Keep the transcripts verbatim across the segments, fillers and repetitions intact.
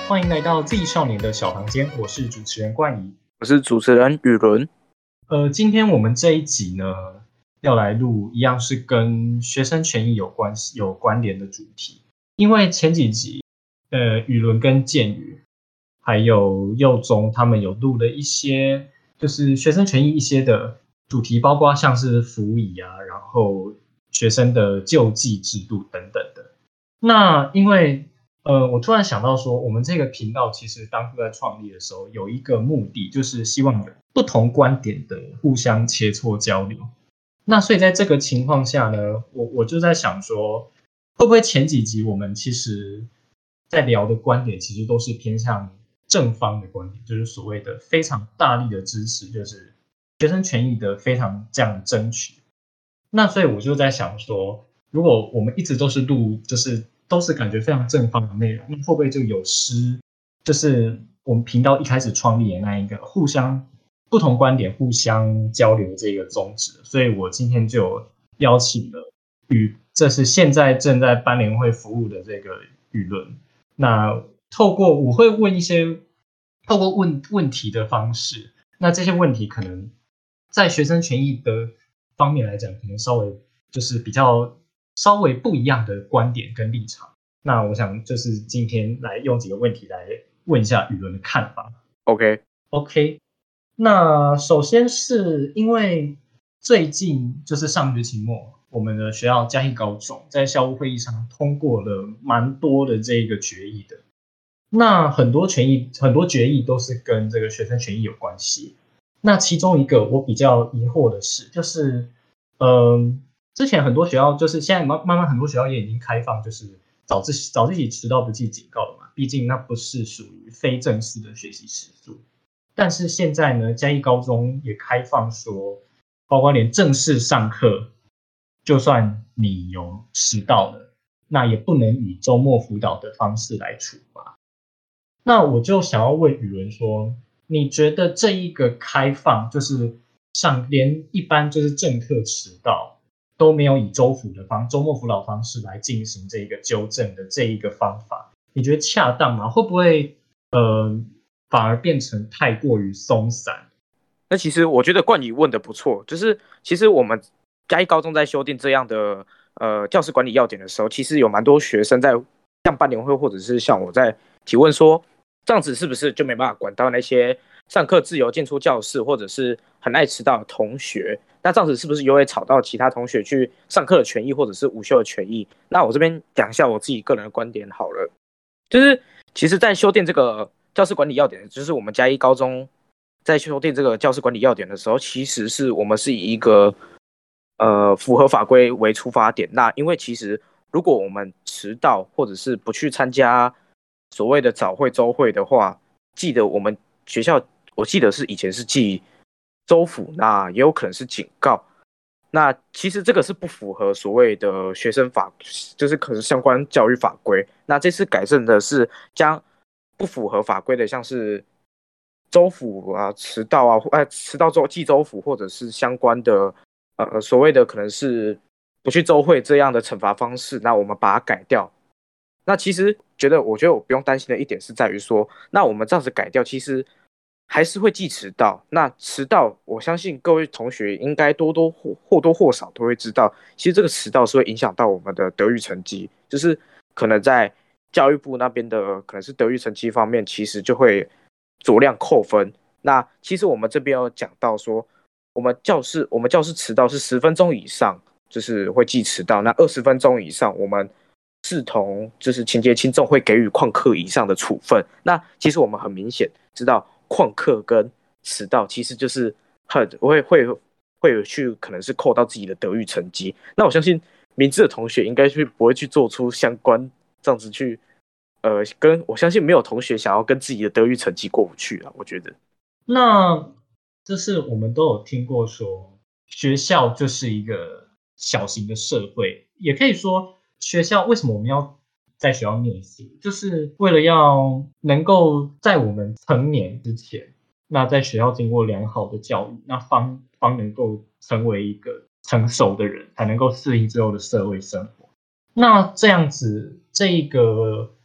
欢迎来到 Z 少年的小房间，我是主持人冠仪， 我是主持人宇伦。 呃，今天我们这一集呢，要来录一样是跟学生权益有关系、有关联的主题。因为前几集，呃，宇伦跟建宇还有佑宗他们有录了一些，就是学生权益一些的主题，包括像是辅以啊，然后学生的救济制度等等的。那因为呃，我突然想到说，我们这个频道其实当初在创立的时候，有一个目的，就是希望有不同观点的互相切磋交流。那所以在这个情况下呢，我我就在想说，会不会前几集我们其实在聊的观点，其实都是偏向正方的观点，就是所谓的非常大力的支持，就是学生权益的非常这样争取。那所以我就在想说，如果我们一直都是录，就是都是感觉非常正方的内容，那会不会就有失，就是我们频道一开始创立的那一个互相不同观点互相交流这个宗旨？所以我今天就邀请了与这是现在正在班联会服务的这个宇伦，那透过我会问一些透过问问题的方式，那这些问题可能在学生权益的方面来讲，可能稍微就是比较稍微不一样的观点跟立场。那我想就是今天来用几个问题来问一下宇伦的看法。 OK OK， 那首先是因为最近就是上学期末，我们的学校嘉义高中在校务会议上通过了蛮多的这个决议的。那很多权益很多决议都是跟这个学生权益有关系。那其中一个我比较疑惑的是，就是，嗯，之前很多学校就是现在慢慢很多学校也已经开放，就是早自习早自习迟到不记警告了嘛，毕竟那不是属于非正式的学习时数。但是现在呢，嘉义高中也开放说，包括连正式上课，就算你有迟到了，那也不能以周末辅导的方式来处罚。那我就想要问宇伦说，你觉得这一个开放，就是上连一般就是正课迟到都没有以周辅的方周末辅导方式来进行这个纠正的这一个方法，你觉得恰当吗？会不会呃反而变成太过于松散？ 那其实我觉得冠宇问的不错，就是其实我们嘉义高中在修订这样的呃教师管理要点的时候，其实有蛮多学生在像班联会或者是像我在提问说，这样子是不是就没办法管到那些上课自由进出教室或者是很爱迟到的同学？那这样子是不是又会吵到其他同学去上课的权益或者是午休的权益？那我这边讲一下我自己个人的观点好了，就是其实在修订这个教师管理要点，就是我们嘉义高中在修订这个教师管理要点的时候，其实是我们是以一个呃符合法规为出发点。那因为其实如果我们迟到或者是不去参加所谓的早会周会的话，记得我们学校我记得是以前是记州府，那也有可能是警告。那其实这个是不符合所谓的学生法，就是可能相关教育法规。那这次改正的是将不符合法规的，像是州府啊、迟到啊、呃、迟到周记州府或者是相关的呃所谓的可能是不去周会这样的惩罚方式，那我们把它改掉。那其实觉得，我觉得我不用担心的一点是在于说，那我们这样子改掉，其实还是会记迟到。那迟到，我相信各位同学应该多多或或多或少都会知道，其实这个迟到是会影响到我们的德育成绩，就是可能在教育部那边的可能是德育成绩方面，其实就会酌量扣分。那其实我们这边有讲到说，我们教室我们教室迟到是十分钟以上，就是会记迟到；那二十分钟以上，我们视同就是情节轻重，会给予旷课以上的处分。那其实我们很明显知道，旷课跟迟到其实就是很会会会有去可能是扣到自己的德育成绩。那我相信明智的同学应该是不会去做出相关这样子去，呃，跟我相信没有同学想要跟自己的德育成绩过不去啊。我觉得， 那这是我们都有听过说，学校就是一个小型的社会，也可以说学校为什么我们要在学校念书，就是为了要能够在我们成年之前，那在学校经过良好的教育，那方方能够成为一个成熟的人，才能够适应之后的社会生活。那这样子，这个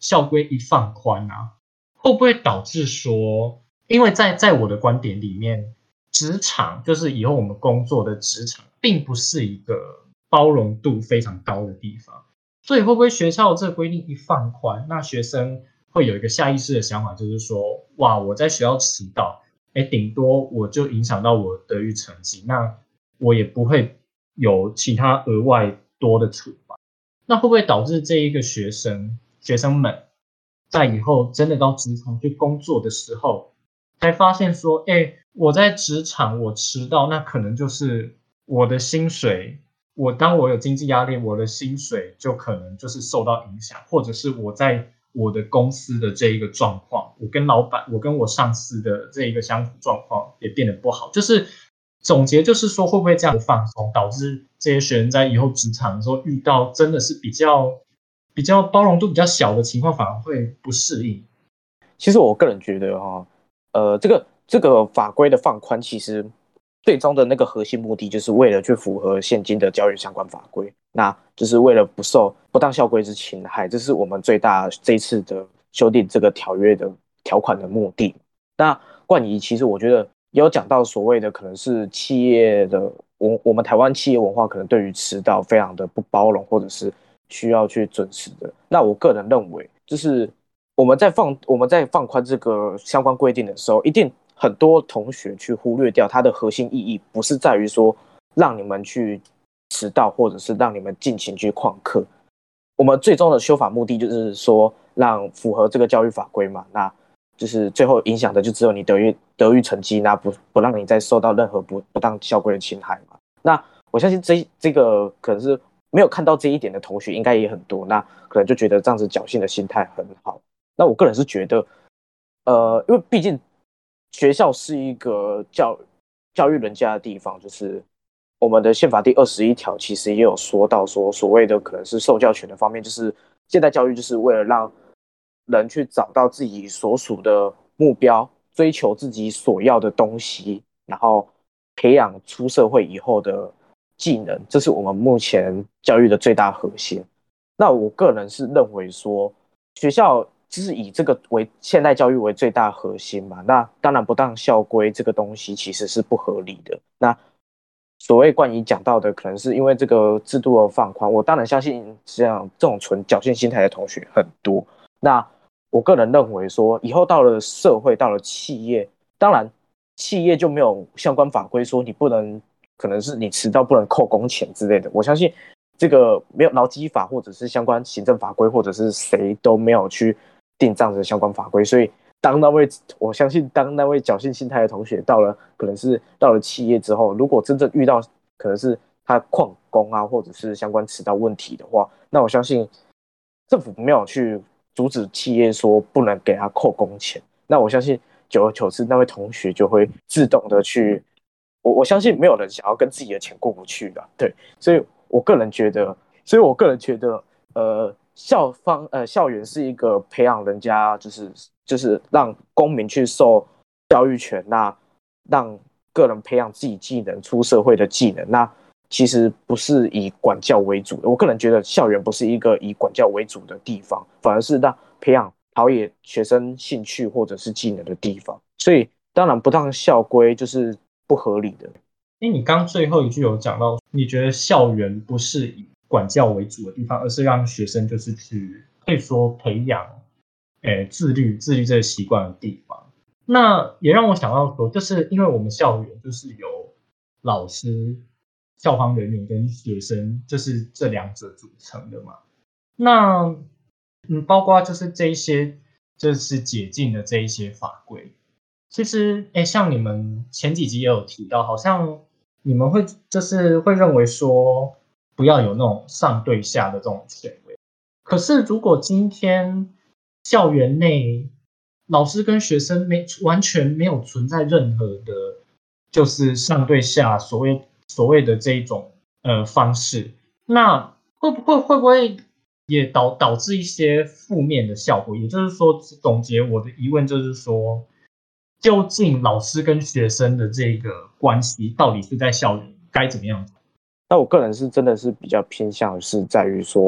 校规一放宽啊，会不会导致说，因为在在我的观点里面，职场就是以后我们工作的职场，并不是一个包容度非常高的地方，所以会不会学校这个规定一放宽，那学生会有一个下意识的想法，就是说，哇，我在学校迟到，哎，顶多我就影响到我的德育成绩，那我也不会有其他额外多的处罚。那会不会导致这一个学生学生们在以后真的到职场去工作的时候，才发现说，哎，我在职场我迟到，那可能就是我的薪水，我当我有经济压力，我的薪水就可能就是受到影响，或者是我在我的公司的这一个状况，我跟老板，我跟我上司的这一个相处状况也变得不好，就是总结就是说，会不会这样放松，导致这些学生在以后职场的时候遇到真的是比较比较包容度比较小的情况，反而会不适应？ 其实我个人觉得哈，呃，这个这个法规的放宽，其实最终的那个核心目的，就是为了去符合现今的教育相关法规，那就是为了不受不当校规之侵害，这是我们最大这一次的修订这个条约的条款的目的。那冠仪其实我觉得也有讲到所谓的可能是企业的我我们台湾企业文化可能对于迟到非常的不包容，或者是需要去准时的。那我个人认为，就是我们在放我们在放宽这个相关规定的时候，一定很多同学去忽略掉它的核心意义，不是在于说让你们去迟到，或者是让你们尽情去旷课。我们最终的修法目的就是说，让符合这个教育法规嘛，那就是最后影响的就只有你德育德育成绩，那不不让你再受到任何不不当校规的侵害嘛。那我相信这这个可能是没有看到这一点的同学应该也很多，那可能就觉得这样子侥幸的心态很好。那我个人是觉得，呃，因为毕竟学校是一个教教育人家的地方，就是我们的宪法第二十一条其实也有说到说，所谓的可能是受教权的方面，就是现代教育就是为了让人去找到自己所属的目标，追求自己所要的东西，然后培养出社会以后的技能，这是我们目前教育的最大核心。那我个人是认为说，学校就是以这个为现代教育为最大核心嘛，那当然不当校规这个东西其实是不合理的。那所谓冠仪讲到的，可能是因为这个制度的放宽，我当然相信这样这种纯侥幸心态的同学很多。那我个人认为说，以后到了社会，到了企业，当然企业就没有相关法规说你不能，可能是你迟到不能扣工钱之类的。我相信这个没有劳基法或者是相关行政法规，或者是谁都没有去定这样子的相关法规，所以当那位我相信当那位侥幸心态的同学到了可能是到了企业之后，如果真正遇到可能是他旷工啊，或者是相关迟到问题的话，那我相信政府没有去阻止企业说不能给他扣工钱，那我相信久而久之那位同学就会自动的去，我我相信没有人想要跟自己的钱过不去的，对，所以我个人觉得，所以我个人觉得，呃，校方呃校园是一个培养人家就是就是让公民去受教育权，那让个人培养自己技能，出社会的技能，那其实不是以管教为主的。我个人觉得校园不是一个以管教为主的地方，反而是让培养陶冶学生兴趣或者是技能的地方。所以当然不当校规就是不合理的。 因为你刚最后一句有讲到，你觉得校园不是以管教为主的地方，而是让学生就是去可以说培养，诶自律自律这个习惯的地方。那也让我想到说，就是因为我们校园就是有老师、校方人员跟学生，就是这两者组成的嘛。那嗯，包括就是这一些，就是解禁的这一些法规。其实，哎，像你们前几集也有提到，好像你们会就是会认为说，不要有那种上对下的这种权威。可是，如果今天校园内老师跟学生没完全没有存在任何的，就是上对下所谓所谓的这一种呃方式，那会不会会不会也导导致一些负面的效果？也就是说，总结我的疑问就是说，究竟老师跟学生的这个关系到底是在校园该怎么样？ 那我个人是真的是比较偏向是在于说，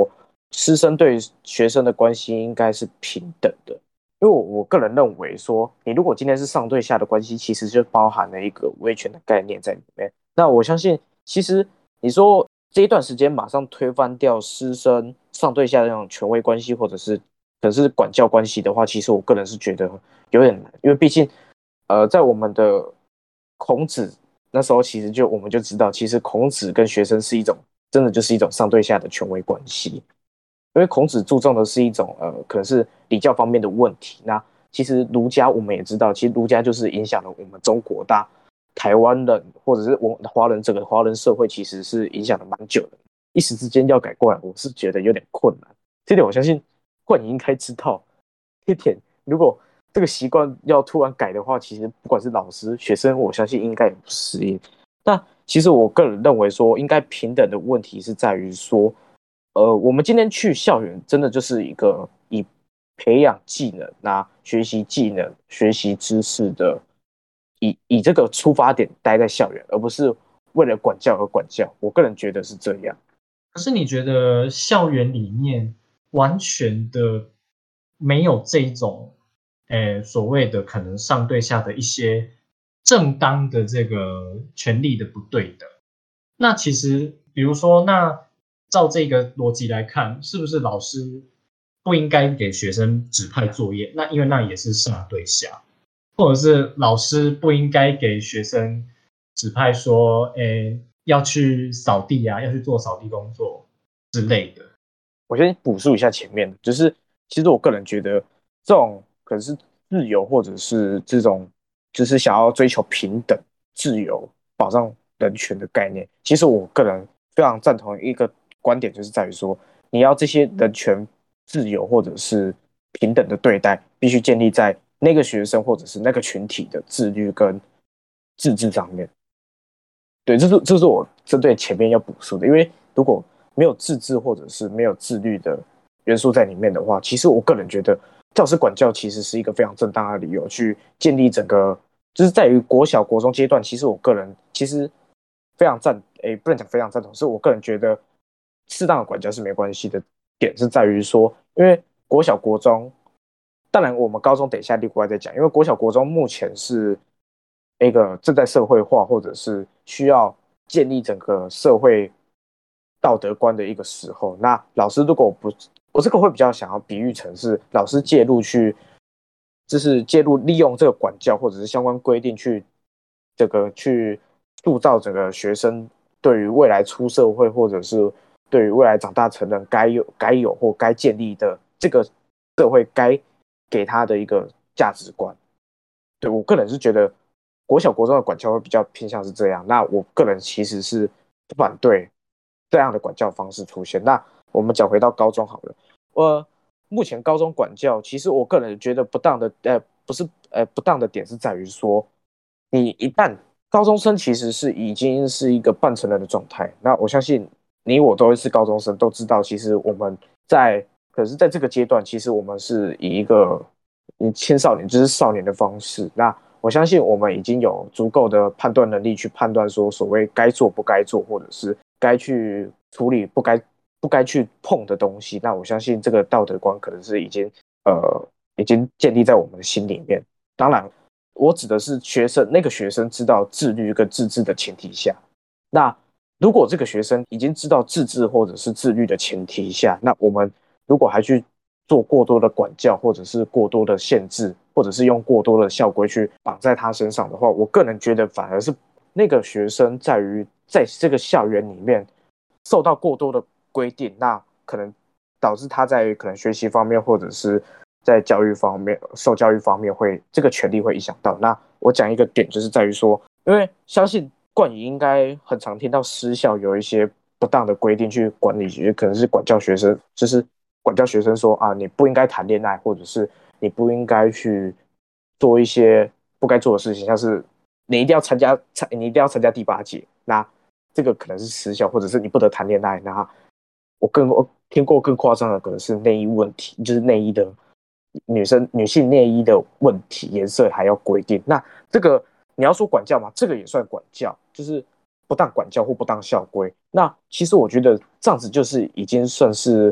师生对学生的关系应该是平等的，因为我我个人认为说，你如果今天是上对下的关系，其实就包含了一个威权的概念在里面。那我相信，其实你说这一段时间马上推翻掉师生上对下的那种权威关系，或者是可能是管教关系的话，其实我个人是觉得有点难，因为毕竟，呃，在我们的孔子那时候，其实就我们就知道，其实孔子跟学生是一种真的就是一种上对下的权威关系。因为孔子注重的是一种呃，可能是礼教方面的问题。那其实儒家我们也知道，其实儒家就是影响了我们中国大台湾人或者是我华人整个华人社会，其实是影响了蛮久的。一时之间要改过来，我是觉得有点困难。这点我相信冠你应该知道。这点如果这个习惯要突然改的话，其实不管是老师、学生，我相信应该也不适应。那其实我个人认为说，应该平等的问题是在于说。呃，我们今天去校园，真的就是一个以培养技能、那学习技能、学习知识的，以以这个出发点待在校园，而不是为了管教而管教。我个人觉得是这样。 可是你觉得校园里面完全的没有这一种，诶，所谓的可能上对下的一些正当的这个权利的不对等？那其实，比如说，那照这个逻辑来看，是不是老师不应该给学生指派作业？那因为那也是上对下，或者是老师不应该给学生指派说，诶，要去扫地啊，要去做扫地工作之类的。 我先补述一下前面的，就是其实我个人觉得，这种可能是自由或者是这种，就是想要追求平等、自由、保障人权的概念。其实我个人非常赞同一个观点，就是在于说，你要这些人权、自由或者是平等的对待，必须建立在那个学生或者是那个群体的自律跟自治上面。对，这是这是我针对前面要补述的，因为如果没有自治或者是没有自律的元素在里面的话，其实我个人觉得教师管教其实是一个非常正当的理由去建立整个，就是在于国小、国中阶段，其实我个人其实非常赞，诶，不能讲非常赞同，是我个人觉得适当的管教是没关系的点是在于说，因为国小、国中，当然我们高中等一下另外再讲，因为国小、国中目前是一个正在社会化或者是需要建立整个社会道德观的一个时候。那老师如果不，我这个会比较想要比喻成是老师介入去，就是介入利用这个管教或者是相关规定去这个去塑造整个学生对于未来出社会或者是对于未来长大成人该有该有或该建立的这个社会该给他的一个价值观。对，我个人是觉得国小国中的管教会比较偏向是这样，那我个人其实是不反对这样的管教方式出现。那我们讲回到高中好了，呃，目前高中管教其实我个人觉得不当的，呃，不是，呃，不当的点是在于说，你一旦高中生其实是已经是一个半成人的状态，那我相信你我都是高中生，都知道其实我们在可是在这个阶段，其实我们是以一个你青少年就是少年的方式，那我相信我们已经有足够的判断能力去判断说所谓该做不该做，或者是该去处理不该不该去碰的东西。那我相信这个道德观可能是已经呃已经建立在我们的心里面。当然，我指的是学生那个学生知道自律跟自治的前提下，那如果这个学生已经知道自治或者是自律的前提下，那我们如果还去做过多的管教，或者是过多的限制，或者是用过多的校规去绑在他身上的话，我个人觉得反而是那个学生在于在这个校园里面受到过多的规定，那可能导致他在可能学习方面，或者是在教育方面、受教育方面会这个权利会影响到。那我讲一个点，就是在于说，因为相信冠宇应该很常听到私校有一些不当的规定去管理，可能是管教学生，就是管教学生说啊，你不应该谈恋爱，或者是你不应该去做一些不该做的事情，像是你一定要参加，你一定要参加第八节，那这个可能是私校，或者是你不得谈恋爱。那我更我听过更夸张的，可能是内衣问题，就是内衣的女生女性内衣的问题，颜色还要规定。那这个你要说管教嘛，这个也算管教，就是不当管教或不当校规。那其实我觉得这样子就是已经算是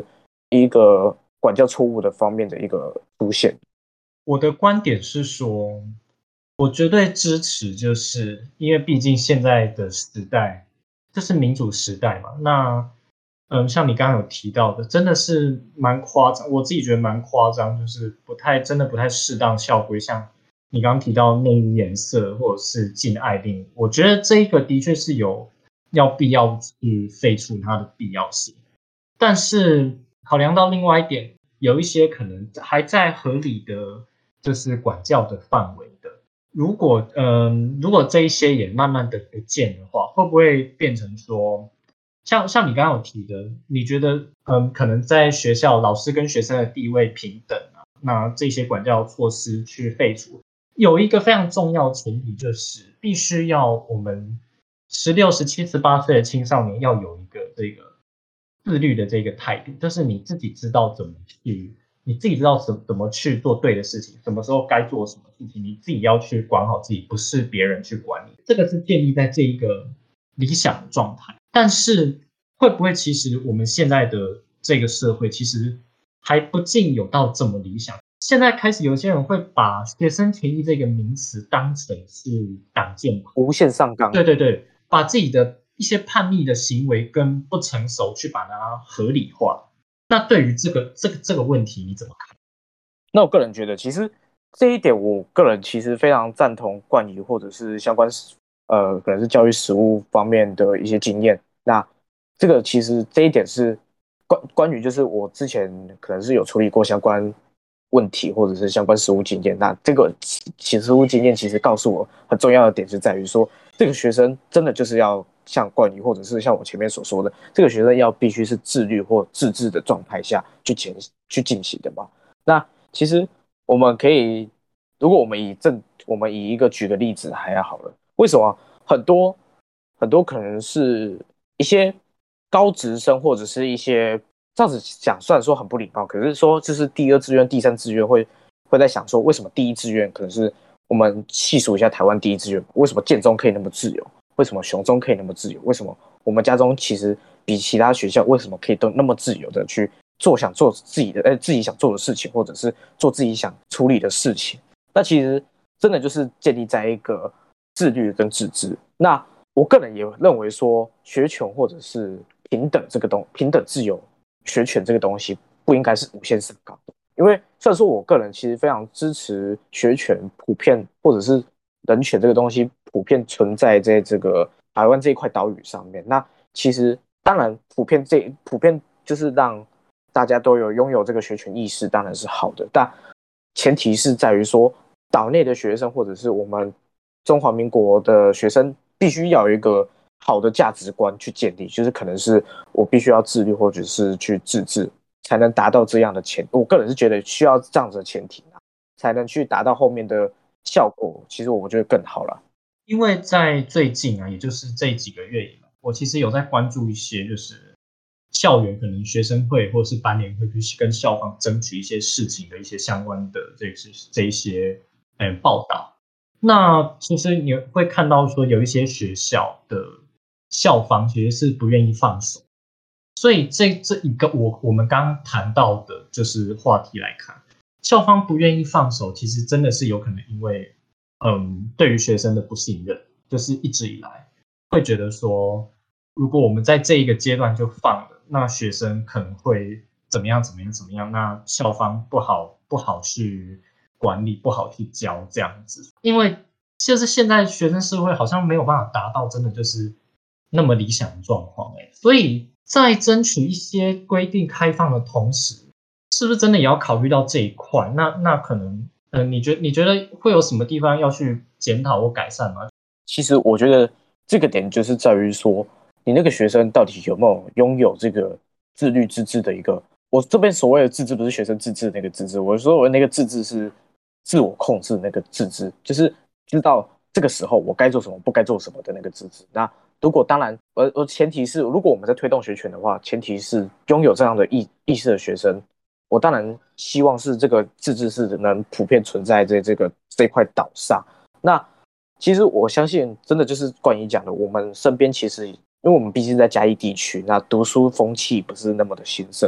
一个管教错误的方面的一个出现。 我的观点是说，我绝对支持，就是因为毕竟现在的时代，这是民主时代嘛。那，嗯，像你刚刚有提到的，真的是蛮夸张，我自己觉得蛮夸张，就是不太真的不太适当校规，像你刚刚提到内衣颜色或者是禁爱令，我觉得这一个的确是有要必要去废除它的必要性。但是考量到另外一点，有一些可能还在合理的就是管教的范围的。如果嗯，如果这一些也慢慢的不见的话，会不会变成说，像像你刚刚有提的，你觉得嗯，可能在学校老师跟学生的地位平等啊，那这些管教措施去废除，有一个非常重要的前提就是必须要我们十六、十七、十八岁的青少年要有一个这个自律的这个态度，就是你自己知道怎么去，你自己知道怎怎么去做对的事情，什么时候该做什么事情，你自己要去管好自己，不是别人去管你。这个是建立在这一个理想的状态，但是会不会其实我们现在的这个社会其实还不尽有到这么理想？现在开始有些人会把学生权益这个名词当成是挡箭牌， 无限上纲。 对对对，把自己的一些叛逆的行为跟不成熟去把它合理化。那对于这个这个这个问题你怎么看？ 那我个人觉得，其实这一点，我个人其实非常赞同冠仪或者是相关呃，可能是教育实务方面的一些经验。那这个其实这一点是关关于就是我之前可能是有处理过相关问题或者是相关实务经验。那这个其实实务经验其实告诉我很重要的点是在于说，这个学生真的就是要像冠仪或者是像我前面所说的，这个学生要必须是自律或自治的状态下去前去进行的嘛。那其实我们可以，如果我们以正，我们以一个举个例子还要好了。为什么很多很多可能是一些高职生或者是一些这样子讲，虽然说很不礼貌，可是说就是第二志愿、第三志愿会会在想说，为什么第一志愿可能是我们细数一下台湾第一志愿，为什么建中可以那么自由？为什么雄中可以那么自由？为什么我们家中其实比其他学校为什么可以都那么自由的去做想做自己的呃自己想做的事情，或者是做自己想处理的事情？那其实真的就是建立在一个自律跟自治。那我个人也认为说，学权或者是平等这个东平等自由学权这个东西不应该是无限上纲的。因为虽然说我个人其实非常支持学权普遍或者是人权这个东西普遍存在在这个台湾这一块岛屿上面，那其实当然普遍这普遍就是让大家都有拥有这个学权意识，当然是好的，但前提是在于说，岛内的学生或者是我们中华民国的学生，必须要有一个好的价值观去建立，就是可能是我必须要自律，或者是去自治，才能达到这样的前。我个人是觉得需要这样子的前提，才能去达到后面的效果。其实我觉得更好了。 因为在最近啊，也就是这几个月以来，我其实有在关注一些，就是校园可能学生会或是班联会去跟校方争取一些事情的一些相关的这这一些嗯报道。那其实你会看到说，有一些学校的校方其实是不愿意放手，所以这这一个我我们刚刚谈到的就是话题来看，校方不愿意放手，其实真的是有可能因为嗯对于学生的不信任，就是一直以来会觉得说，如果我们在这一个阶段就放了，那学生可能会怎么样怎么样怎么样，那校方不好不好去管理，不好去教这样子，因为就是现在学生社会好像没有办法达到真的就是那么理想的状况，欸，所以在争取一些规定开放的同时，是不是真的也要考虑到这一块？那那可能，呃，你觉你觉得会有什么地方要去检讨或改善吗？ 其实我觉得这个点就是在于说，你那个学生到底有没有拥有这个自律自治的一个。我这边所谓的自治不是学生自治的那个自治，我说我那个自治是自我控制那个自治，就是知道这个时候我该做什么不该做什么的那个自治。那如果当然，呃呃，前提是如果我们在推动学权的话，前提是拥有这样的意意识的学生，我当然希望是这个自治是能普遍存在在这个这块岛上。那其实我相信，真的就是冠仪讲的，我们身边其实，因为我们毕竟在嘉义地区，那读书风气不是那么的兴盛，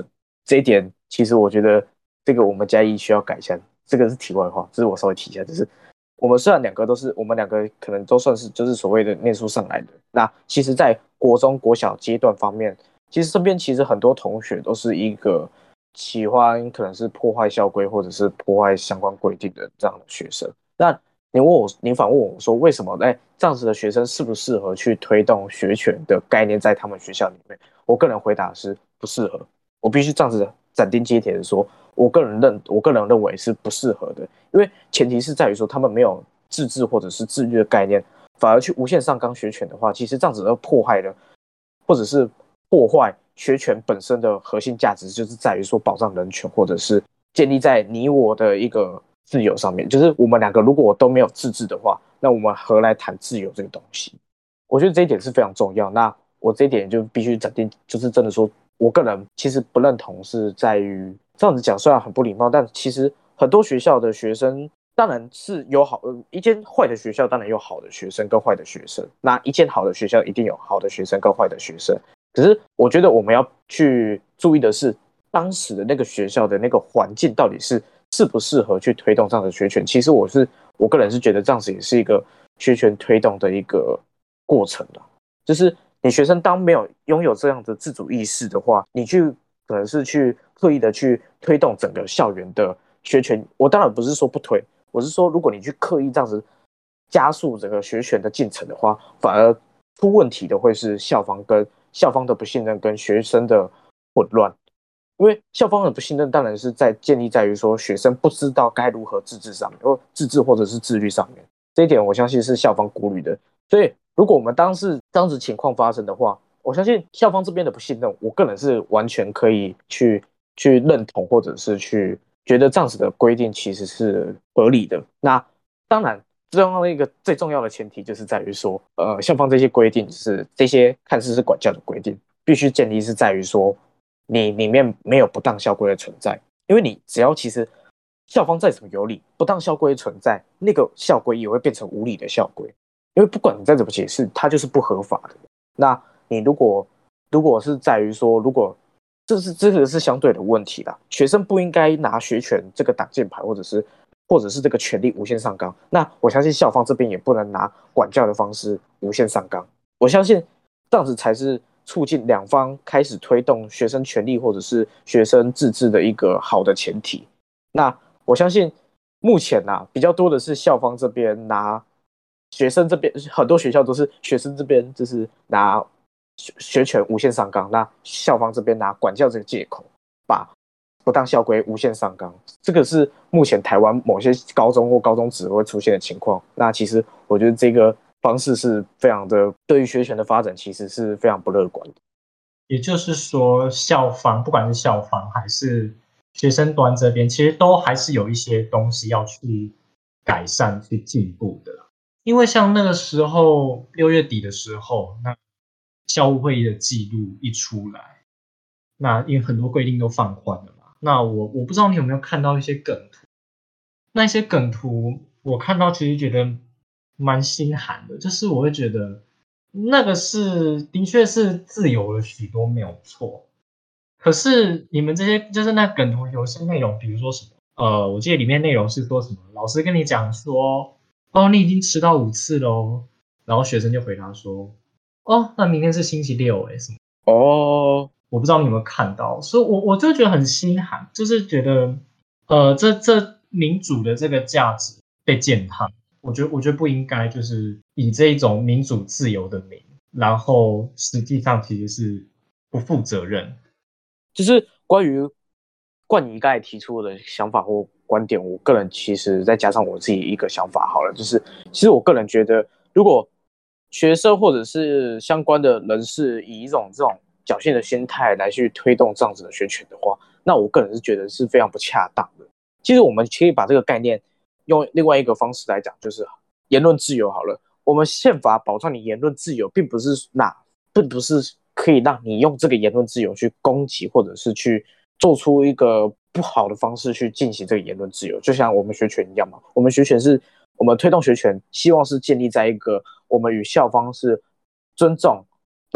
这一点其实我觉得这个我们嘉义需要改一下，这个是题外话，这是我稍微提一下，就是我们虽然两个都是我们两个可能都算是就是所谓的念书上来的，那其实在国中国小阶段方面，其实身边其实很多同学都是一个喜欢可能是破坏校规或者是破坏相关规定的这样的学生。那你问我，你反问我说，为什么在这样子的学生适不适合去推动学权的概念在他们学校里面？我个人回答是不适合。我必须这样子斩钉截铁的说，我个人认，我个人认为是不适合的，因为前提是在于说他们没有自治或者是自律的概念，反而去无限上纲学权的话，其实这样子都破坏了，或者是破坏学权本身的核心价值，就是在于说保障人权，或者是建立在你我的一个自由上面。就是我们两个如果都没有自治的话，那我们何来谈自由这个东西？我觉得这一点是非常重要。那我这一点就必须斩定，就是真的说，我个人其实不认同是在于这样子讲，虽然很不礼貌，但其实很多学校的学生当然是有好，呃，一间坏的学校当然有好的学生跟坏的学生，那一间好的学校一定有好的学生跟坏的学生。可是我觉得我们要去注意的是，当时的那个学校的那个环境到底是适不适合去推动这样的学权。其实我是我个人是觉得这样子也是一个学权推动的一个过程啦，就是你学生当没有拥有这样的自主意识的话，你去可能是去刻意的去推动整个校园的学权。我当然不是说不推，我是说如果你去刻意这样子加速整个学权的进程的话，反而出问题的会是校方跟校方的不信任跟学生的混乱。因为校方的不信任当然是在建立在于说学生不知道该如何自治上面，或自治或者是自律上面，这一点我相信是校方顾虑的。所以如果我们当时这样子情况发生的话，我相信校方这边的不信任，我个人是完全可以去去认同，或者是去觉得这样子的规定其实是合理的。那当然，最重要的一个最重要的前提就是在于说，呃，校方这些规定，就是这些看似是管教的规定，必须建立是在于说，你里面没有不当校规的存在。因为你只要其实校方再怎么有理，不当校规存在，那个校规也会变成无理的校规。因为不管你再怎么解释，它就是不合法的。那你如果如果是在于说，如果这是这个是相对的问题啦，学生不应该拿学权这个挡箭牌，或者是或者是这个权利无限上纲。那我相信校方这边也不能拿管教的方式无限上纲。我相信这样子才是促进两方开始推动学生权利或者是学生自治的一个好的前提。那我相信目前啊，比较多的是校方这边拿学生这边，很多学校都是学生这边就是拿学权无限上纲，那校方这边拿管教这个借口，把不当校规无限上纲，这个是目前台湾某些高中或高中职会出现的情况。那其实我觉得这个方式是非常的，对于学权的发展其实是非常不乐观的。 也就是说，校方不管是校方还是学生端这边，其实都还是有一些东西要去改善、去进步的。因为像那个时候六月底的时候，那校务会议的记录一出来，那因为很多规定都放宽了嘛，那我我不知道你有没有看到一些梗图，那些梗图我看到其实觉得蛮心寒的，就是我会觉得那个是的确是自由了许多没有错，可是你们这些就是那梗图有些内容，比如说什么呃，我记得里面内容是说什么，老师跟你讲说，哦，你已经迟到五次喽，然后学生就回答说，哦，那明天是星期六诶，什么？ 哦， 我不知道你有没有看到，所以我我就觉得很心寒，就是觉得，呃，这这民主的这个价值被践踏，我觉得我觉得不应该就是以这一种民主自由的名，然后实际上其实是不负责任。 就是关于冠仪刚才提出的想法或观点，我个人其实再加上我自己一个想法好了，就是其实我个人觉得，如果学生或者是相关的人士以一种这种侥幸的心态来去推动这样子的学权的话，那我个人是觉得是非常不恰当的。其实我们可以把这个概念用另外一个方式来讲，就是言论自由好了。我们宪法保障你言论自由，并不是那并不是可以让你用这个言论自由去攻击，或者是去做出一个不好的方式去进行这个言论自由。就像我们学权一样嘛，我们学权是我们推动学权，希望是建立在一个我们与校方是尊重，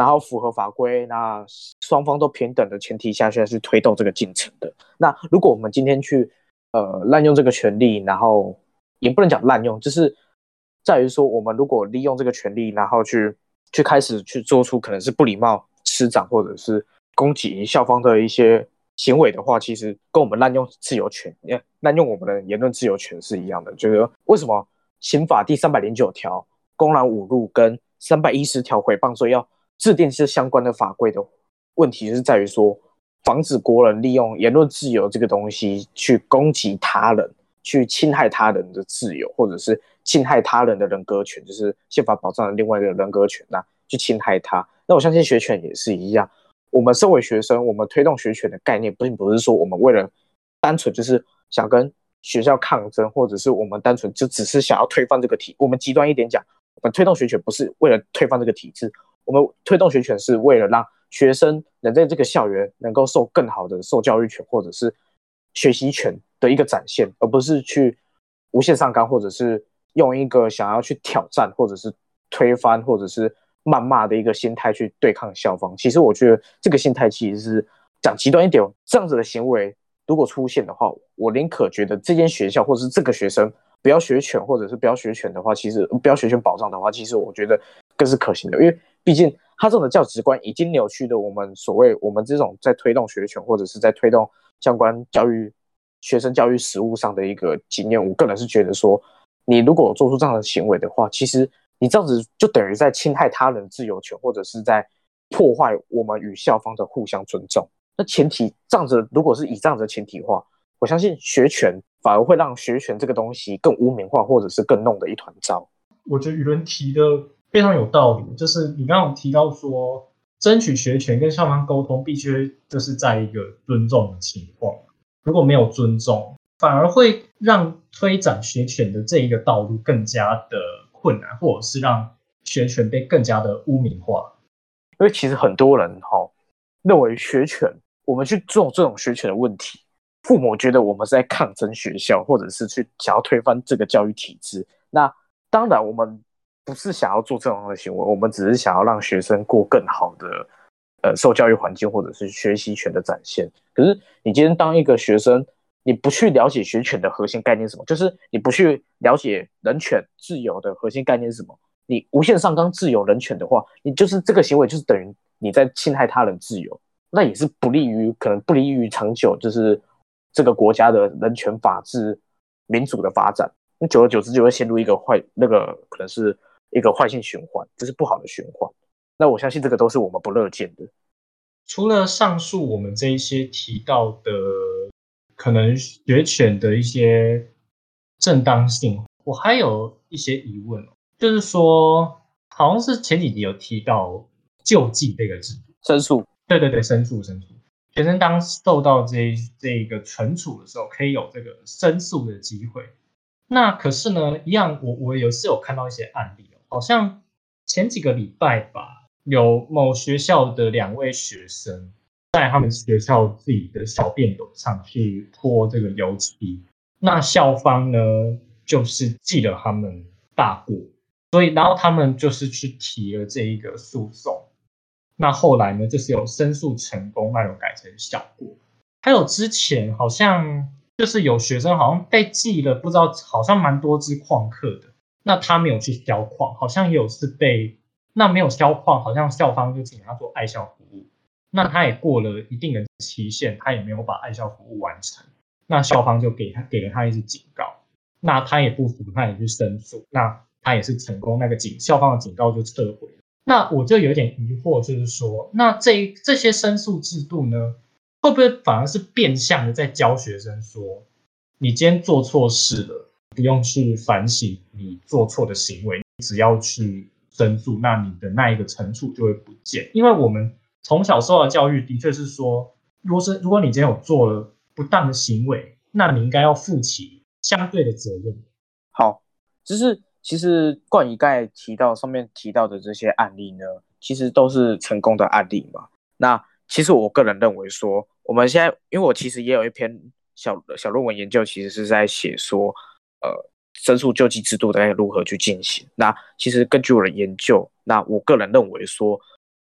然后符合法规，那双方都平等的前提下去推动这个进程的。那如果我们今天去呃滥用这个权利，然后也不能讲滥用，就是在于说我们如果利用这个权利，然后去去开始去做出可能是不礼貌师长或者是攻击校方的一些行为的话，其实跟我们滥用自由权、滥用我们的言论自由权是一样的。觉得为什么刑法第三百零九条公然侮辱跟三百一十条诽谤罪要制定这相关的法规的问题，就是在于说防止国人利用言论自由这个东西去攻击他人，去侵害他人的自由，或者是侵害他人的人格权，就是宪法保障的另外一个人格权啊，去侵害他。那我相信学权也是一样，我们身为学生，我们推动学权的概念，并不是说我们为了单纯就是想跟学校抗争，或者是我们单纯就只是想要推翻这个体。我们极端一点讲，我们推动学权不是为了推翻这个体制，我们推动学权是为了让学生能在这个校园能够受更好的受教育权或者是学习权的一个展现，而不是去无限上纲，或者是用一个想要去挑战或者是推翻或者是谩骂的一个心态去对抗校方。其实我觉得这个心态其实是讲极端一点，这样子的行为如果出现的话，我宁可觉得这间学校或者是这个学生不要学权，或者是不要学权的话，其实不要学权保障的话，其实我觉得更是可行的。因为毕竟他这种的教职观已经扭曲了我们所谓我们这种在推动学权或者是在推动相关教育学生教育实务上的一个经验。我个人是觉得说，你如果做出这样的行为的话，其实你这样子就等于在侵害他人自由权，或者是在破坏我们与校方的互相尊重。那前提这样子，如果是以这样子的前提化，我相信学权反而会让学权这个东西更污名化，或者是更弄得一团糟。 我觉得舆论提的非常有道理，就是你刚刚提到说，争取学权跟校方沟通必须就是在一个尊重的情况，如果没有尊重，反而会让推展学权的这一个道路更加的困难，或者是让学权被更加的污名化。 因为其实很多人、哦、认为学权，我们去做这种学权的问题，父母觉得我们是在抗争学校，或者是去想要推翻这个教育体制。那当然我们不是想要做这种的行为，我们只是想要让学生过更好的呃受教育环境，或者是学习权的展现。可是你今天当一个学生，你不去了解学权的核心概念是什么，就是你不去了解人权自由的核心概念是什么，你无限上纲自由人权的话，你就是这个行为就是等于你在侵害他人自由，那也是不利于可能不利于长久就是这个国家的人权法治民主的发展。那久而久之就会陷入一个坏那个可能是一个坏性循环，这是不好的循环。那我相信这个都是我们不乐见的。 除了上述我们这一些提到的可能学权的一些正当性，我还有一些疑问，就是说好像是前几集有提到救济这个制度， 申诉， 对对对，申诉申诉，学生当受到这这个惩处的时候，可以有这个申诉的机会。那可是呢，一样我我有是有看到一些案例，好像前几个礼拜吧，有某学校的两位学生在他们学校自己的小便斗上去泼这个油漆，那校方呢就是记了他们大过，所以然后他们就是去提了这一个诉讼。那后来呢，就是有申诉成功，那有改成小过。还有之前好像就是有学生好像被记了，不知道好像蛮多支旷课的，那他没有去销旷，好像也有是被那没有销旷，好像校方就请他做爱校服务，那他也过了一定的期限，他也没有把爱校服务完成，那校方就给他给了他一支警告，那他也不服，他也去申诉，那他也是成功，那个警校方的警告就撤回了。那我就有点疑惑，就是说，那这这些申诉制度呢，会不会反而是变相的在教学生说，你今天做错事了，不用去反省你做错的行为，你只要去申诉，那你的那一个惩处就会不见。因为我们从小受到的教育的确是说，如果是如果你今天有做了不当的行为，那你应该要负起相对的责任。 好，就是其实冠仪刚才提到上面提到的这些案例呢，其实都是成功的案例嘛。那其实我个人认为说，我们现在因为我其实也有一篇小小论文研究，其实是在写说，呃，申诉救济制度该如何去进行。那其实根据我的研究，那我个人认为说，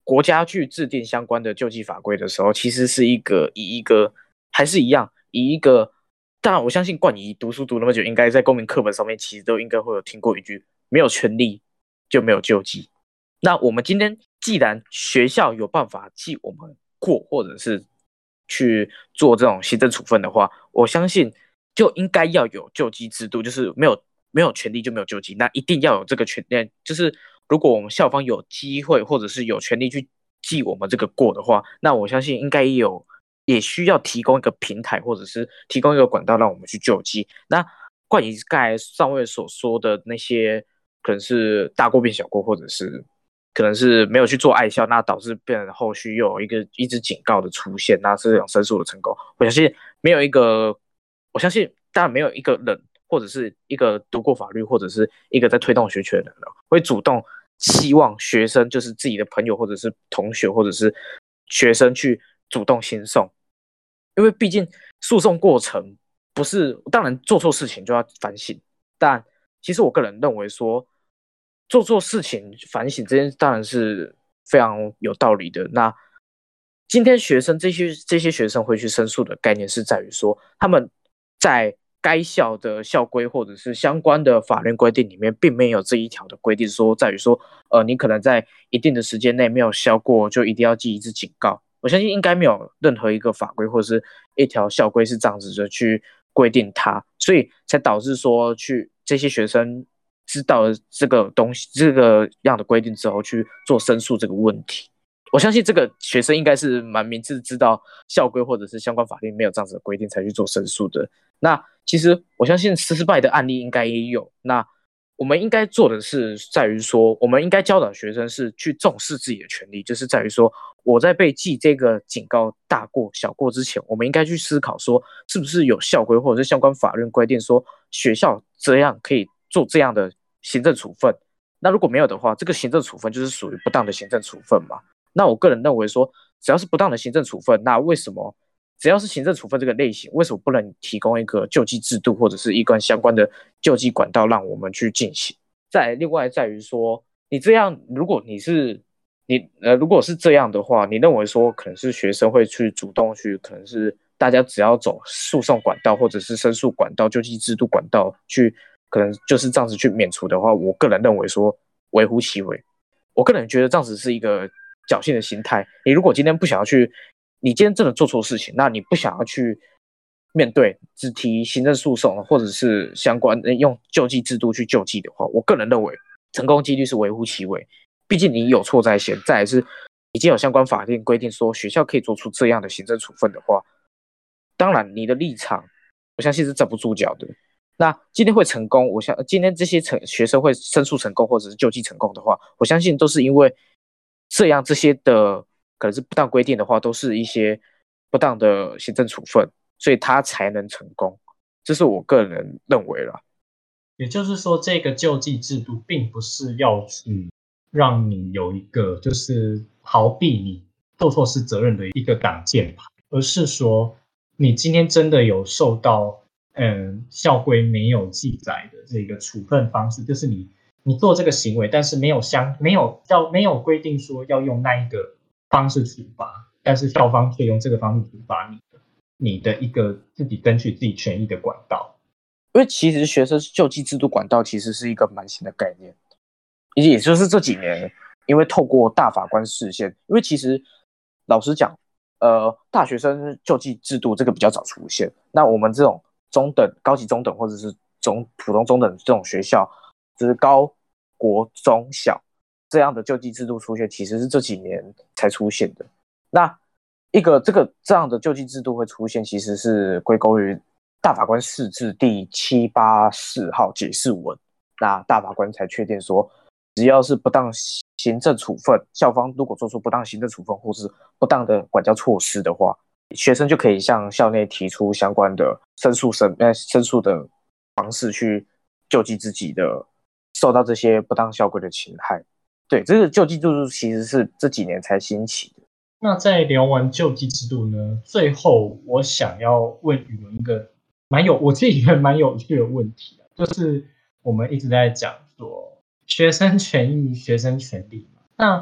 国家去制定相关的救济法规的时候，其实是一个以一个还是一样以一个，当然我相信冠仪读书读那么久，应该在公民课本上面其实都应该会有听过一句：没有权利就没有救济。那我们今天既然学校有办法记我们过，或者是去做这种行政处分的话，我相信就应该要有救济制度，就是没有没有权利就没有救济，那一定要有这个权利，就是如果我们校方有机会或者是有权利去记我们这个过的话，那我相信应该也有也需要提供一个平台，或者是提供一个管道让我们去救济。那关于刚才上位所说的那些，可能是大过变小过，或者是可能是没有去做爱校，那导致变成后续又有一个一直警告的出现，那是这种申诉的成功。我相信没有一个，我相信当然没有一个人或者是一个读过法律或者是一个在推动学权的人会主动希望学生就是自己的朋友或者是同学或者是学生去主动兴讼，因为毕竟诉讼过程不是，当然做错事情就要反省，但其实我个人认为说做错事情反省这件当然是非常有道理的。那今天学生这些这些学生会去申诉的概念是在于说，他们在该校的校规或者是相关的法律规定里面，并没有这一条的规定说在于说，呃，你可能在一定的时间内没有销过，就一定要记一次警告。我相信应该没有任何一个法规或者是一条校规是这样子的去规定它，所以才导致说去这些学生知道了这个东西这个样的规定之后去做申诉这个问题。我相信这个学生应该是蛮明智知道校规或者是相关法律没有这样子的规定才去做申诉的。那其实我相信失败的案例应该也有，那我们应该做的是在于说，我们应该教导学生是去重视自己的权利，就是在于说我在被记这个警告大过小过之前，我们应该去思考说是不是有校规或者是相关法律规定说学校这样可以做这样的行政处分。那如果没有的话，这个行政处分就是属于不当的行政处分嘛。那我个人认为说，只要是不当的行政处分，那为什么只要是行政处分这个类型，为什么不能提供一个救济制度或者是一关相关的救济管道让我们去进行？再另外在于说，你这样，如果你是你呃，如果是这样的话，你认为说可能是学生会去主动去，可能是大家只要走诉讼管道或者是申诉管道、救济制度管道去，可能就是这样子去免除的话，我个人认为说微乎其微。我个人觉得这样子是一个侥幸的心态。你如果今天不想要去，你今天真的做错事情，那你不想要去面对，只提行政诉讼或者是相关的用救济制度去救济的话，我个人认为成功几率是微乎其微。毕竟你有错在先，再来是已经有相关法令规定说学校可以做出这样的行政处分的话，当然你的立场我相信是站不住脚的。那今天会成功，我相今天这些成学生会申诉成功或者是救济成功的话，我相信都是因为这样这些的可能是不当规定的话，都是一些不当的行政处分，所以他才能成功。这是我个人认为啦。 也就是说，这个救济制度并不是要去让你有一个就是逃避你做错事责任的一个挡箭牌，而是说你今天真的有受到嗯校规没有记载的这个处分方式，就是你你做这个行为，但是没有相没有要没有规定说要用那一个方式处罚，但是校方却用这个方式处罚你的你的一个自己争取自己权益的管道。 因为其实学生救济制度管道其实是一个蛮新的概念，也就是这几年因为透过大法官释宪，因为其实老实讲，呃，大学生救济制度这个比较早出现，那我们这种中等、高级中等或者是中普通中等这种学校，就是高国中小这样的救济制度出现，其实是这几年才出现的。那一个这个这样的救济制度会出现，其实是归功于大法官释字第七八四号解释文，那大法官才确定说，只要是不当行政处分，校方如果做出不当行政处分或是不当的管教措施的话，学生就可以向校内提出相关的申诉申呃申诉的方式去救济自己的受到这些不当校规的侵害。对，这个救济制度其实是这几年才兴起的。 那在聊完救济制度呢，最后我想要问宇伦一个蛮有我自己觉得蛮有趣的问题，就是我们一直在讲说学生权益、学生权利嘛。那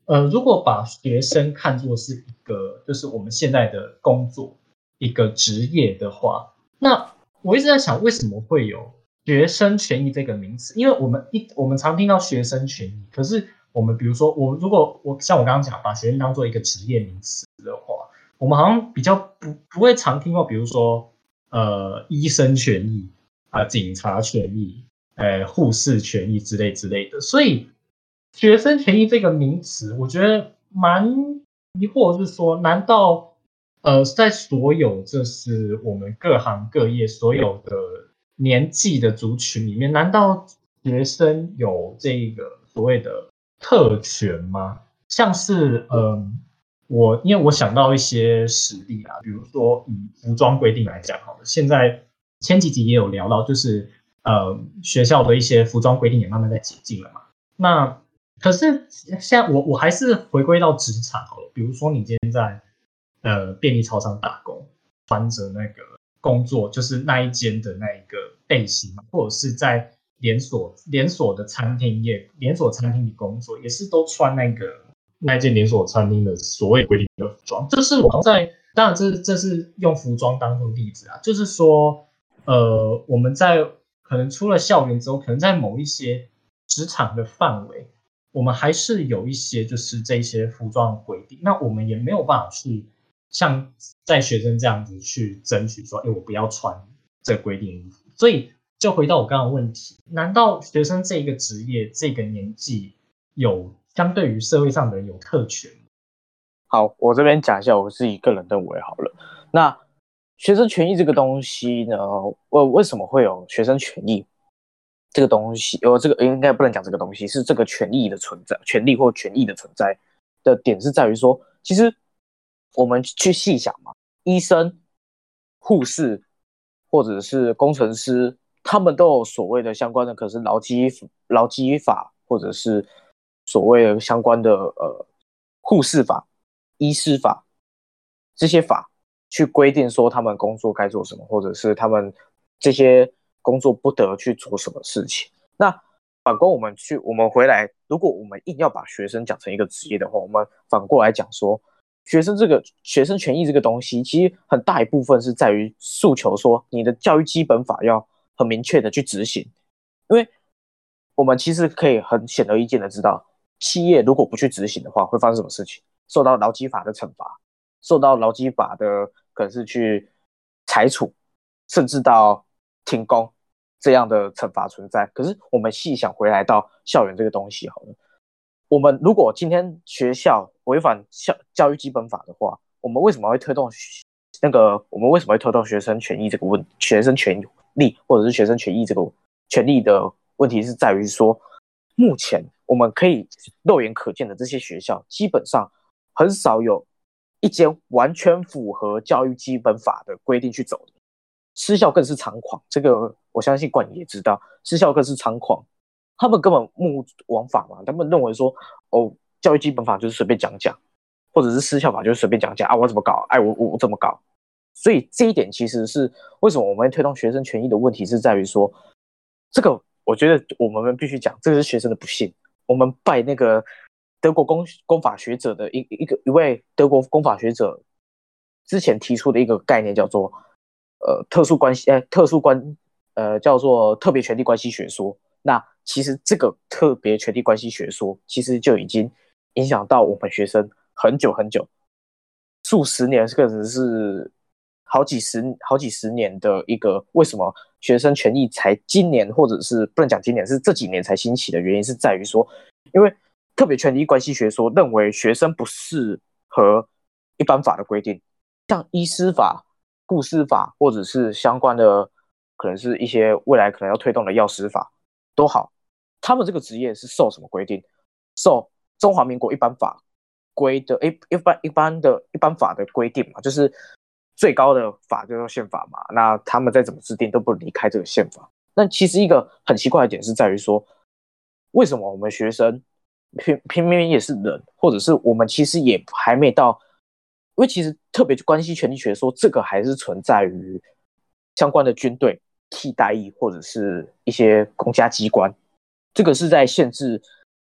呃，如果把学生看作是一个，就是我们现在的工作一个职业的话，那我一直在想，为什么会有学生权益这个名词？因为我们一我们常听到学生权益，可是我们比如说我如果我像我刚刚讲，把学生当做一个职业名词的话，我们好像比较不不会常听到，比如说呃医生权益啊、呃、警察权益、呃护士权益之类之类的，所以学生权益这个名词，我觉得蛮疑惑，是说，难道呃在所有就是我们各行各业所有的年纪的族群里面，难道学生有这个所谓的特权吗？像是嗯、呃，我因为我想到一些实例啊，比如说以服装规定来讲好了，现在前几集也有聊到，就是呃学校的一些服装规定也慢慢在解禁了嘛。那可是现在我我还是回归到职场好了，比如说你今天在呃便利超商打工，穿着那个工作就是那一间的那一个背心嘛，或者是在连锁连锁的餐厅业连锁餐厅里工作，也是都穿那个那一间连锁餐厅的所谓规定的服装。这是我在当然这这是用服装当做例子啊，就是说呃我们在可能出了校园之后，可能在某一些职场的范围。我们还是有一些就是这些服装规定，那我们也没有办法去像在学生这样子去争取说，哎，我不要穿这个规定衣服。所以就回到我刚刚的问题，难道学生这个职业这个年纪有相对于社会上的人有特权？ 好，我这边讲一下我自己个人认为好了。那学生权益这个东西呢，为为什么会有学生权益？这个东西，呃，这个应该不能讲这个东西，是这个权益的存在，权利或权益的存在的点是在于说，其实我们去细想嘛，医生、护士或者是工程师，他们都有所谓的相关的，可是劳基劳基法或者是所谓的相关的呃护士法、医师法这些法去规定说他们工作该做什么，或者是他们这些工作不得去做什么事情。那反观我们去，我们回来，如果我们硬要把学生讲成一个职业的话，我们反过来讲说，学生这个学生权益这个东西，其实很大一部分是在于诉求说，你的教育基本法要很明确的去执行，因为我们其实可以很显而易见的知道，企业如果不去执行的话，会发生什么事情？受到劳基法的惩罚，受到劳基法的可能是去裁处，甚至到停工这样的惩罚存在。可是我们细想回来到校园这个东西好了，我们如果今天学校违反校教育基本法的话，我们为什么会推动那个？我们为什么会推动学生权益这个问学生权利或者是学生权益这个权利的问题是在于说，目前我们可以肉眼可见的这些学校，基本上很少有一间完全符合教育基本法的规定去走的。私校更是猖狂，这个我相信冠也知道，私校更是猖狂。他们根本目无法嘛，他们认为说，哦，教育基本法就是随便讲讲，或者是私校法就是随便讲讲啊，我怎么搞，哎，我我我怎么搞。所以这一点其实是为什么我们会推动学生权益的问题，是在于说，这个我觉得我们必须讲，这个是学生的不幸。我们拜那个德国公公法学者的一一个一位德国公法学者之前提出的一个概念，叫做呃特殊关系，呃特殊关呃叫做特别权利关系学说。那其实这个特别权利关系学说，其实就已经影响到我们学生很久很久，数十年，甚至是好几十好几十年的一个，为什么学生权益才今年，或者是不能讲今年，是这几年才兴起的原因，是在于说，因为特别权利关系学说认为学生不适合一般法的规定，像医师法、护士法，或者是相关的，可能是一些未来可能要推动的药师法都好，他们这个职业是受什么规定？受中华民国一般法规的一一般一般的一般法的规定嘛，就是最高的法叫做宪法嘛。那他们再怎么制定都不离开这个宪法。那其实一个很奇怪的点是在于说，为什么我们学生偏偏偏也是人，或者是我们其实也还没到，因为其实特别关系权利学说这个还是存在于相关的军队替代役或者是一些公家机关，这个是在限制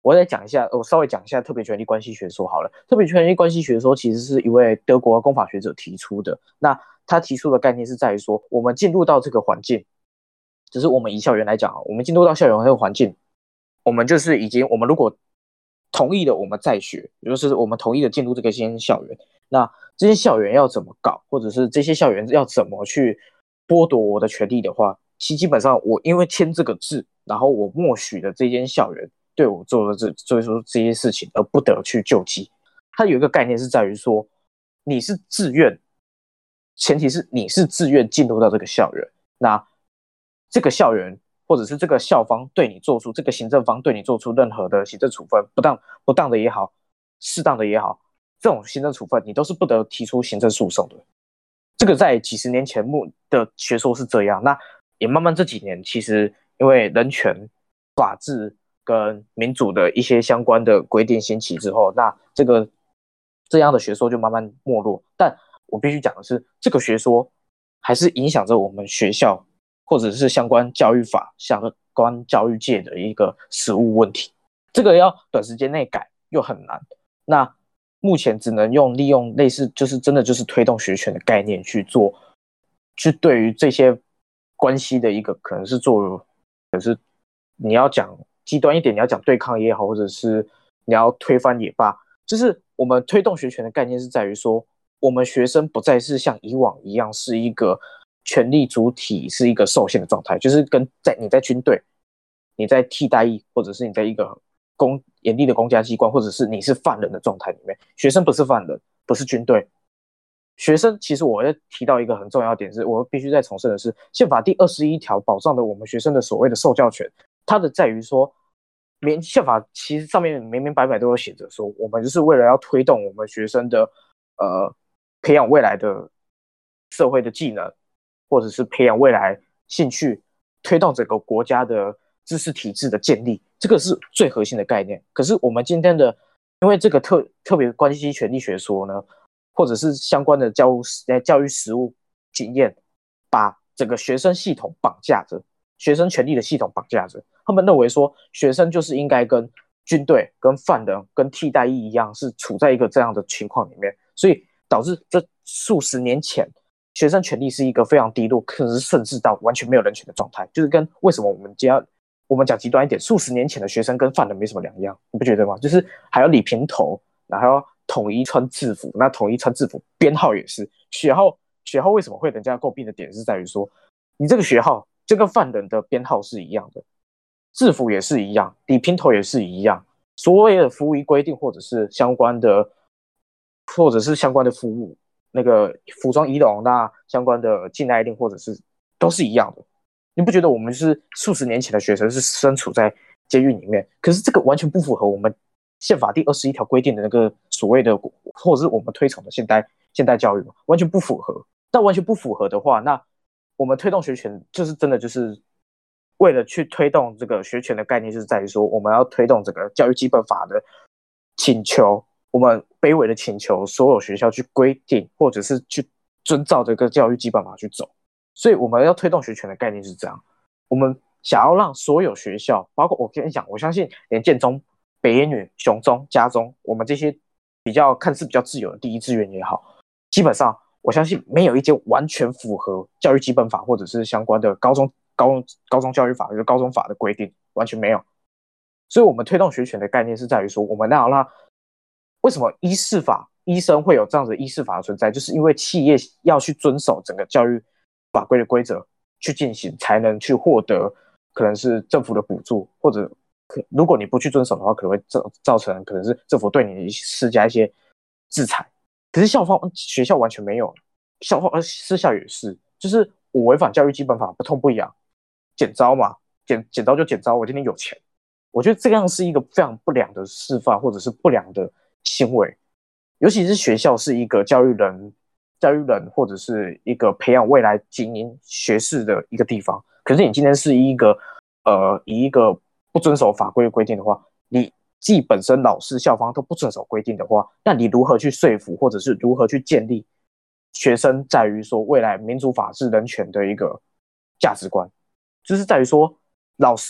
我再讲一下，我稍微讲一下特别权利关系学说好了。特别权利关系学说其实是一位德国公法学者提出的。那他提出的概念是在于说，我们进入到这个环境，只是我们以校园来讲，我们进入到校园这个环境，我们就是已经，我们如果同意了我们再学，也就是我们同意了进入这个新校园，那这些校园要怎么搞，或者是这些校园要怎么去剥夺我的权利的话，其基本上我因为签这个字，然后我默许了这间校园对我做了这所以说这些事情而不得去救济。它有一个概念是在于说，你是自愿，前提是你是自愿进入到这个校园，那这个校园或者是这个校方对你做出这个行政方对你做出任何的行政处分，不当不当的也好，适当的也好，这种行政处分你都是不得提出行政诉讼的。这个在几十年前的学说是这样，那也慢慢这几年其实因为人权、法治跟民主的一些相关的规定兴起之后，那这个这样的学说就慢慢没落。但我必须讲的是，这个学说还是影响着我们学校或者是相关教育法、相关教育界的一个实务问题。这个要短时间内改又很难，那目前只能用利用类似就是真的就是推动学权的概念去做，去对于这些关系的一个可能是做，可是你要讲极端一点，你要讲对抗也好，或者是你要推翻也罢，就是我们推动学权的概念是在于说，我们学生不再是像以往一样是一个权力主体，是一个受限的状态，就是跟在你在军队，你在替代役，或者是你在一个公严厉的公家机关，或者是你是犯人的状态里面，学生不是犯人，不是军队。学生其实我要提到一个很重要的点是，我必须再重申的是，宪法第二十一条保障的我们学生的所谓的受教权，它的在于说，明宪法其实上面明明白白都有写着说，我们就是为了要推动我们学生的呃培养未来的社会的技能，或者是培养未来兴趣，推动整个国家的知识体制的建立，这个是最核心的概念。可是我们今天的，因为这个特特别关系权利学说呢，或者是相关的教育教育实务经验，把整个学生系统绑架着，学生权利的系统绑架着。他们认为说，学生就是应该跟军队、跟犯人、跟替代役一样，是处在一个这样的情况里面，所以导致这数十年前，学生权利是一个非常低落，可是甚至到完全没有人权的状态。就是跟为什么我们今天我们讲极端一点，数十年前的学生跟犯人没什么两样，你不觉得吗？就是还要理平头，然后要统一穿制服，那统一穿制服编号也是学号，学号为什么会人家诟病的点是在于说，你这个学号就跟犯人的编号是一样的，制服也是一样，理平头也是一样，所有的服役规定或者是相关的，或者是相关的服务，那个服装仪容，那相关的禁爱令或者是都是一样的。你不觉得我们是数十年前的学生是身处在监狱里面？可是这个完全不符合我们宪法第二十一条规定的那个所谓的，或者是我们推崇的现代现代教育嘛，完全不符合。但完全不符合的话，那我们推动学权就是真的就是为了去推动这个学权的概念，就是在于说我们要推动这个教育基本法的请求，我们卑微的请求所有学校去规定，或者是去遵照这个教育基本法去走。所以我们要推动学权的概念是这样，我们想要让所有学校，包括我跟你讲，我相信连建中、北一女、雄中、嘉中，我们这些比较看似比较自由的第一志愿也好，基本上我相信没有一间完全符合教育基本法或者是相关的高中高中高中教育法，就是高中法的规定，完全没有。所以我们推动学权的概念是在于说，我们要让为什么医事法医生会有这样子的医事法的存在，就是因为企业要去遵守整个教育法规的规则去进行，才能去获得可能是政府的补助，或者如果你不去遵守的话，可能会造造成可能是政府对你施加一些制裁。可是校方学校完全没有，校方私校也是，就是我违反教育基本法不痛不痒，减招嘛，减减招就减招，我今天有钱。我觉得这样是一个非常不良的示范，或者是不良的行为，尤其是学校是一个教育人。教育人或者是一个培养未来精英学士的一个地方，可是你今天是一个呃以一个不遵守法规的规定的话，你自己本身老师校方都不遵守规定的话，那你如何去说服或者是如何去建立学生在于说未来民主法治人权的一个价值观，就是在于说老师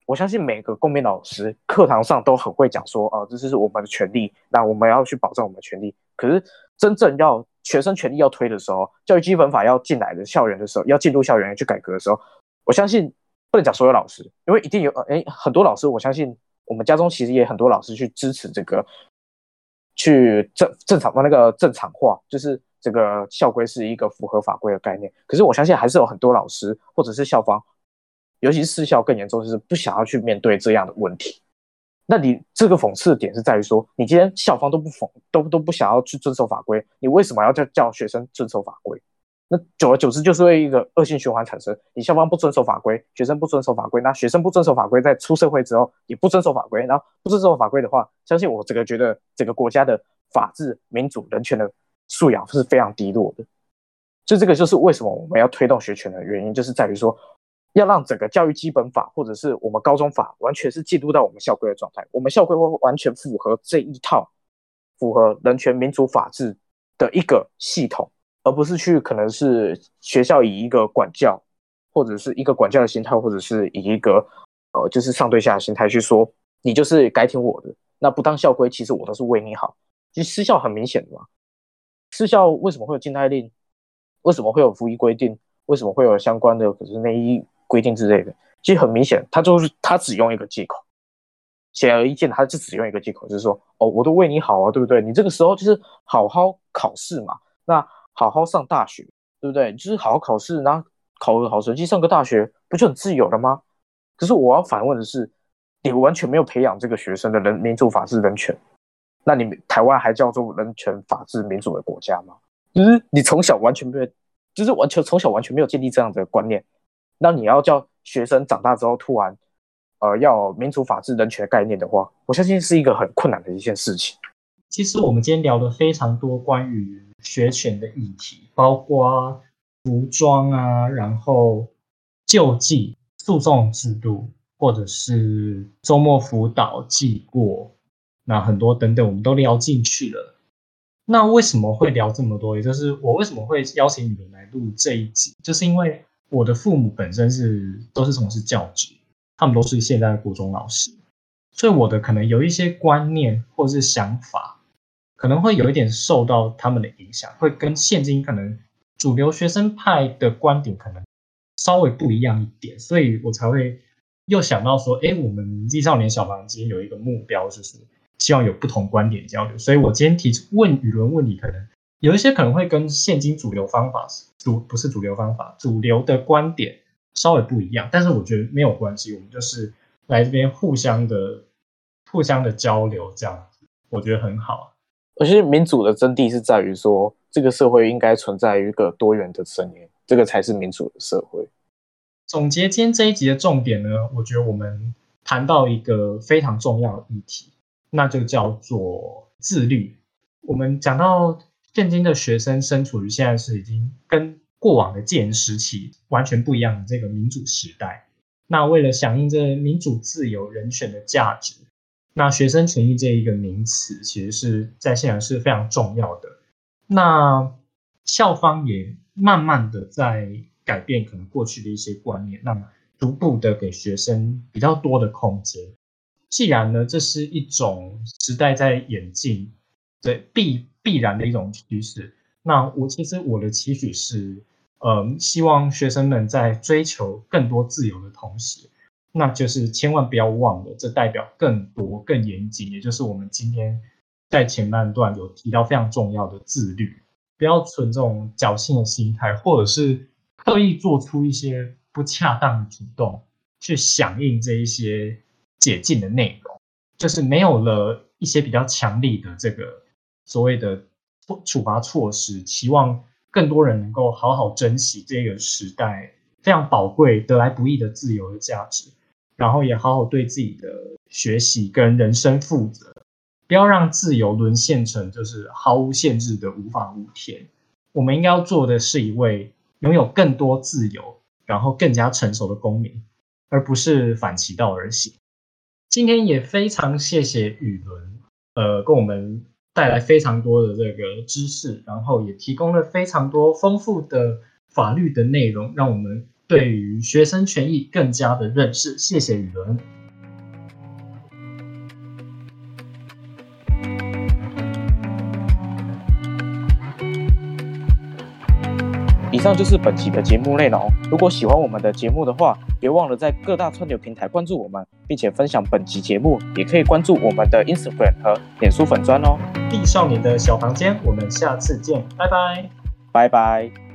我相信每个公民老师课堂上都很会讲说，哦、呃，这是我们的权利，那我们要去保障我们的权利。可是真正要学生权利要推的时候，教育基本法要进来的校园的时候，要进入校园去改革的时候，我相信不能讲所有老师，因为一定有诶很多老师，我相信我们家中其实也很多老师去支持这个，去正正常的那个正常化，就是这个校规是一个符合法规的概念。可是我相信还是有很多老师或者是校方。尤其是私校更严重，就是不想要去面对这样的问题。那你这个讽刺的点是在于说，你今天校方都不讽都都不想要去遵守法规，你为什么要叫叫学生遵守法规？那久而久之就是会一个恶性循环产生。你校方不遵守法规，学生不遵守法规，那学生不遵守法规，在出社会之后也不遵守法规，然后不遵守法规的话，相信我这个觉得整个国家的法治、民主、人权的素养是非常低落的。就这个就是为什么我们要推动学权的原因，就是在于说。要让整个教育基本法或者是我们高中法完全是进入到我们校规的状态，我们校规会完全符合这一套符合人权民主法治的一个系统，而不是去可能是学校以一个管教或者是一个管教的心态，或者是以一个呃就是上对下的心态去说你就是该听我的，那不当校规其实我都是为你好。其实私校很明显的嘛，私校为什么会有禁爱令？为什么会有服役规定？为什么会有相关的可是内衣规定之类的？其实很明显，他就是他只用一个借口，显而易见，他就只用一个借口，就是说，哦，我都为你好啊，对不对？你这个时候就是好好考试嘛，那好好上大学，对不对？就是好好考试，然后考个好成绩，上个大学，不就很自由了吗？可是我要反问的是，你完全没有培养这个学生的人民主法治人权，那你台湾还叫做人权法治民主的国家吗？就是你从小完全没有。就是完全从小完全没有建立这样的观念，那你要叫学生长大之后突然，呃，要有民主法治人权概念的话，我相信是一个很困难的一件事情。 其实我们今天聊了非常多关于学权的议题，包括服装啊，然后救济、诉讼制度，或者是周末辅导、记过，那很多等等，我们都聊进去了。那为什么会聊这么多？也就是我为什么会邀请你们来录这一集，就是因为我的父母本身是都是从事教职，他们都是现在的国中老师，所以我的可能有一些观念或是想法，可能会有一点受到他们的影响，会跟现今可能主流学生派的观点可能稍微不一样一点，所以我才会又想到说，哎，我们青少年小房间有一个目标，就是希望有不同观点交流，所以我今天提出问语伦问你，可能有一些可能会跟现今主流方法主不是主流方法，主流的观点稍微不一样，但是我觉得没有关系，我们就是来这边互相的互相的交流，这样子我觉得很好。 而且民主的真谛是在于说，这个社会应该存在于一个多元的声音，这个才是民主的社会。 总结今天这一集的重点呢，我觉得我们谈到一个非常重要的议题，那就叫做自律。我们讲到现今的学生身处于现在是已经跟过往的戒严时期完全不一样的这个民主时代，那为了响应这民主自由人权的价值，那学生权益这一个名词其实是在现在是非常重要的。那校方也慢慢的在改变可能过去的一些观念，那逐步的给学生比较多的空间。既然呢，这是一种时代在演进，对必必然的一种趋势。那我其实我的期许是，呃，希望学生们在追求更多自由的同时，那就是千万不要忘了，这代表更多、更严谨，也就是我们今天在前半段有提到非常重要的自律，不要存这种侥幸的心态，或者是刻意做出一些不恰当的举动，去响应这一些解禁的内容，就是没有了一些比较强力的这个所谓的处罚措施，期望更多人能够好好珍惜这个时代非常宝贵、得来不易的自由的价值，然后也好好对自己的学习跟人生负责，不要让自由沦陷成就是毫无限制的无法无天。我们应该要做的是一位拥有更多自由，然后更加成熟的公民，而不是反其道而行。今天也非常谢谢宇伦，呃，跟我们带来非常多的这个知识，然后也提供了非常多丰富的法律的内容，让我们对于学生权益更加的认识。谢谢宇伦。 以上就是本期的节目内容。如果喜欢我们的节目的话，别忘了在各大串流平台关注我们，并且分享本集节目，也可以关注我们的 Instagram 和脸书粉专哦。 B少年的小房间，我们下次见，拜拜， 拜拜。